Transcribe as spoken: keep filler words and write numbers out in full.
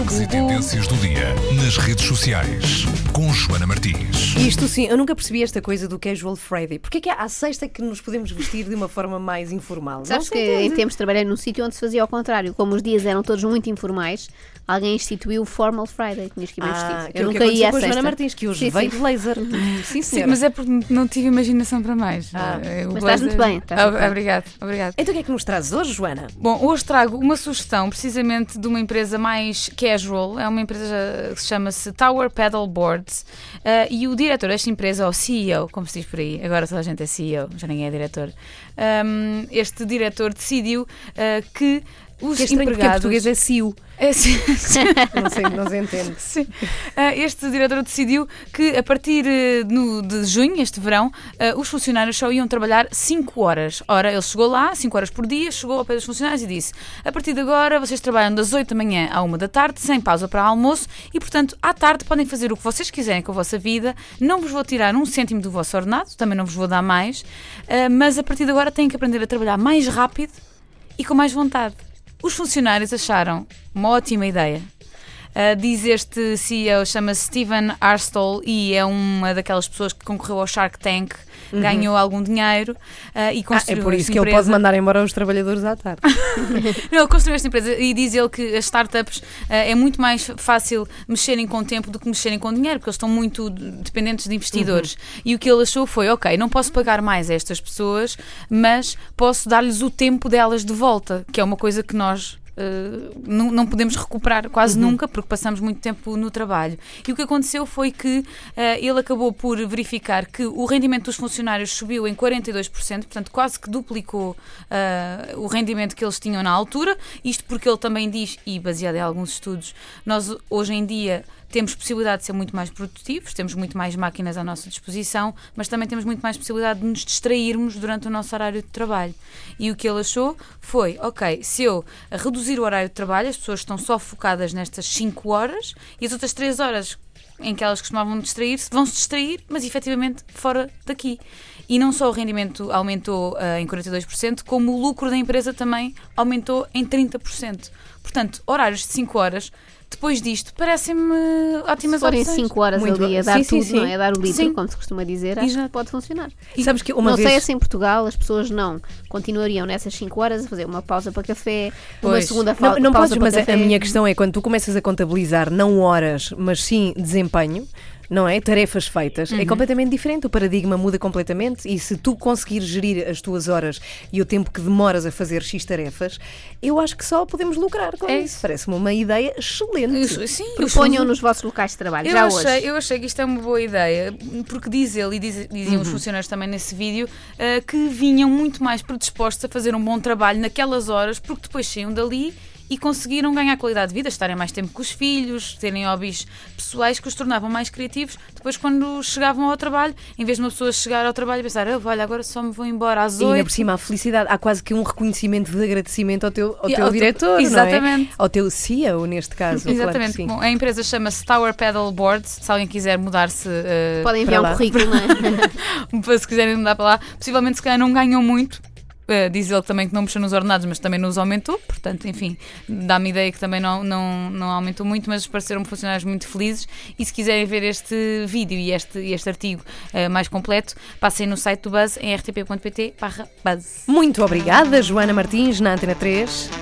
Destaques e tendências do dia nas redes sociais com Joana Martins. Isto sim, eu nunca percebi esta coisa do Casual Friday. Porquê é que à sexta que nos podemos vestir de uma forma mais informal? Sabes que em tempos trabalhei num sítio onde se fazia ao contrário. Como os dias eram todos muito informais, alguém instituiu o Formal Friday. Tinhas que ir bem Ah, vestido. que Eu o que nunca ia aconteceu à com a sexta. Joana Martins, que hoje Sim, veio sim. de blazer. Sim, Sim, senhora. mas é porque não tive imaginação para mais. Ah, Eh, o mas estás muito bem, estás muito bem. Obrigado, obrigado. Então o que é que nos trazes hoje, Joana? Bom, hoje trago uma sugestão precisamente de uma empresa mais casual. É uma empresa que se chama-se Tower Pedal Boards. Uh, e o diretor desta empresa, ou C E O, como se diz por aí, agora toda a gente é C E O, já ninguém é diretor. Um, este diretor decidiu uh, que os Que é estranho porque em empregados... português é C I O. É, sim, Não sei, não se entende. sim. Uh, este diretor decidiu que a partir uh, no, de junho, este verão, uh, os funcionários só iam trabalhar cinco horas. Ora, ele chegou lá, cinco horas por dia, chegou ao pé dos funcionários e disse: a partir de agora vocês trabalham das oito da manhã à uma da tarde, sem pausa para almoço, e portanto à tarde podem fazer o que vocês quiserem com a vossa vida, não vos vou tirar um cêntimo do vosso ordenado, também não vos vou dar mais, uh, mas a partir de agora têm que aprender a trabalhar mais rápido e com mais vontade. Os funcionários acharam uma ótima ideia. Uh, diz este C E O, chama-se Steven Arstol e é uma daquelas pessoas que concorreu ao Shark Tank, uhum. ganhou algum dinheiro uh, e construiu ah, é por isso esta que empresa. ele pode mandar embora os trabalhadores à tarde. Não, ele construiu esta empresa e diz ele que as startups uh, é muito mais fácil mexerem com tempo do que mexerem com dinheiro, porque eles estão muito dependentes de investidores. Uhum. E o que ele achou foi, ok, não posso pagar mais a estas pessoas, mas posso dar-lhes o tempo delas de volta, que é uma coisa que nós... Uh, não, não podemos recuperar quase uhum. nunca, porque passamos muito tempo no trabalho. E o que aconteceu foi que uh, ele acabou por verificar que o rendimento dos funcionários subiu em quarenta e dois por cento, portanto quase que duplicou uh, o rendimento que eles tinham na altura. Isto porque ele também diz, e baseado em alguns estudos, nós hoje em dia temos possibilidade de ser muito mais produtivos, temos muito mais máquinas à nossa disposição, mas também temos muito mais possibilidade de nos distrairmos durante o nosso horário de trabalho. E o que ele achou foi, ok, se eu reduzir o horário de trabalho, as pessoas estão só focadas nestas cinco horas e as outras três horas em que elas costumavam distrair-se, vão-se distrair, mas efetivamente fora daqui. E não só o rendimento aumentou uh, em quarenta e dois por cento, como o lucro da empresa também aumentou em trinta por cento. Portanto, horários de cinco horas, depois disto, parecem-me ótimas Se forem opções. cinco horas Muito ali a bom. dar Sim, sim, tudo, sim. não é? A dar o litro, Sim. como se costuma dizer, acho Exato. que pode funcionar. E sabes que uma não vez... sei se em Portugal as pessoas não continuariam nessas cinco horas a fazer uma pausa para café, uma Pois. segunda Não, fa- não pausa podes, para mas a, café. a minha questão é quando tu começas a contabilizar não horas, mas sim desempenho, não é? Tarefas feitas, Uhum. é completamente diferente, o paradigma muda completamente e se tu conseguires gerir as tuas horas e o tempo que demoras a fazer X tarefas, eu acho que só podemos lucrar com É isso. isso. Parece-me uma ideia excelente. Isso, sim, Proponham nos vossos locais de trabalho, Eu já achei, hoje. eu achei que isto é uma boa ideia, porque diz ele, e diz- diziam os funcionários também nesse vídeo, uh, que vinham muito mais predispostos a fazer um bom trabalho naquelas horas, porque depois saíam dali e conseguiram ganhar qualidade de vida, estarem mais tempo com os filhos, terem hobbies pessoais que os tornavam mais criativos. Depois, quando chegavam ao trabalho, em vez de uma pessoa chegar ao trabalho e pensar, oh, olha, agora só me vou embora às E ainda oito. por cima a felicidade, há quase que um reconhecimento de agradecimento ao teu, ao E teu ao teu- diretor, Exatamente. não é? Ao teu C E O neste caso. Claro que Exatamente. sim. Bom, a empresa chama-se Tower Pedal Boards. Se alguém quiser mudar-se, uh, Podem enviar para um lá. currículo, não é? se quiserem mudar para lá, possivelmente se calhar não ganham muito. Uh, diz ele também que não mexeu nos ordenados, mas também nos aumentou, portanto, enfim, dá-me ideia que também não, não, não aumentou muito, mas pareceram funcionários muito felizes. E se quiserem ver este vídeo e este, este artigo uh, mais completo, passem no site do Buzz em r t p ponto p t barra buzz. Muito obrigada, Joana Martins, na Antena três.